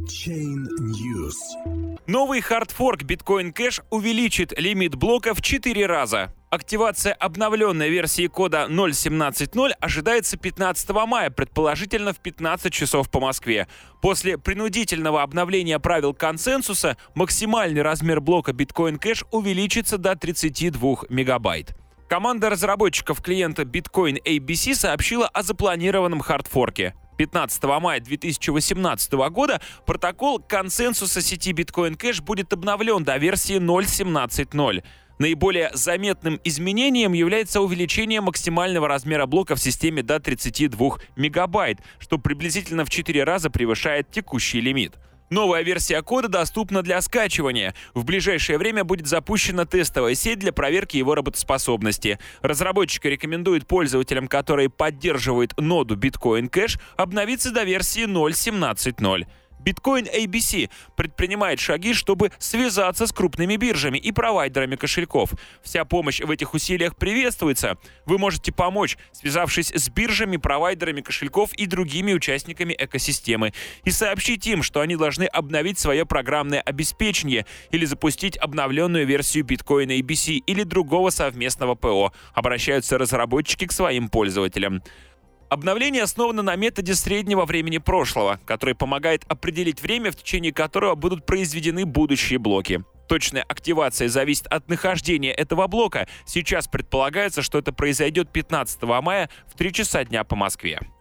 Chain News. Новый хардфорк Bitcoin Cash увеличит лимит блока в 4 раза. Активация обновленной версии кода 0.17.0 ожидается 15 мая, предположительно в 15 часов по Москве. После принудительного обновления правил консенсуса максимальный размер блока Bitcoin Cash увеличится до 32 мегабайт. Команда разработчиков клиента Bitcoin ABC сообщила о запланированном хардфорке. 15 мая 2018 года протокол консенсуса сети Bitcoin Cash будет обновлен до версии 0.17.0. Наиболее заметным изменением является увеличение максимального размера блока в системе до 32 мегабайт, что приблизительно в 4 раза превышает текущий лимит. Новая версия кода доступна для скачивания. В ближайшее время будет запущена тестовая сеть для проверки его работоспособности. Разработчики рекомендуют пользователям, которые поддерживают ноду Bitcoin Cash, обновиться до версии 0.17.0. Bitcoin ABC предпринимает шаги, чтобы связаться с крупными биржами и провайдерами кошельков. Вся помощь в этих усилиях приветствуется. Вы можете помочь, связавшись с биржами, провайдерами кошельков и другими участниками экосистемы, и сообщить им, что они должны обновить свое программное обеспечение или запустить обновленную версию Bitcoin ABC или другого совместного ПО. Обращаются разработчики к своим пользователям. Обновление основано на методе среднего времени прошлого, который помогает определить время, в течение которого будут произведены будущие блоки. Точная активация зависит от нахождения этого блока. Сейчас предполагается, что это произойдет 15 мая в 3 часа дня по Москве.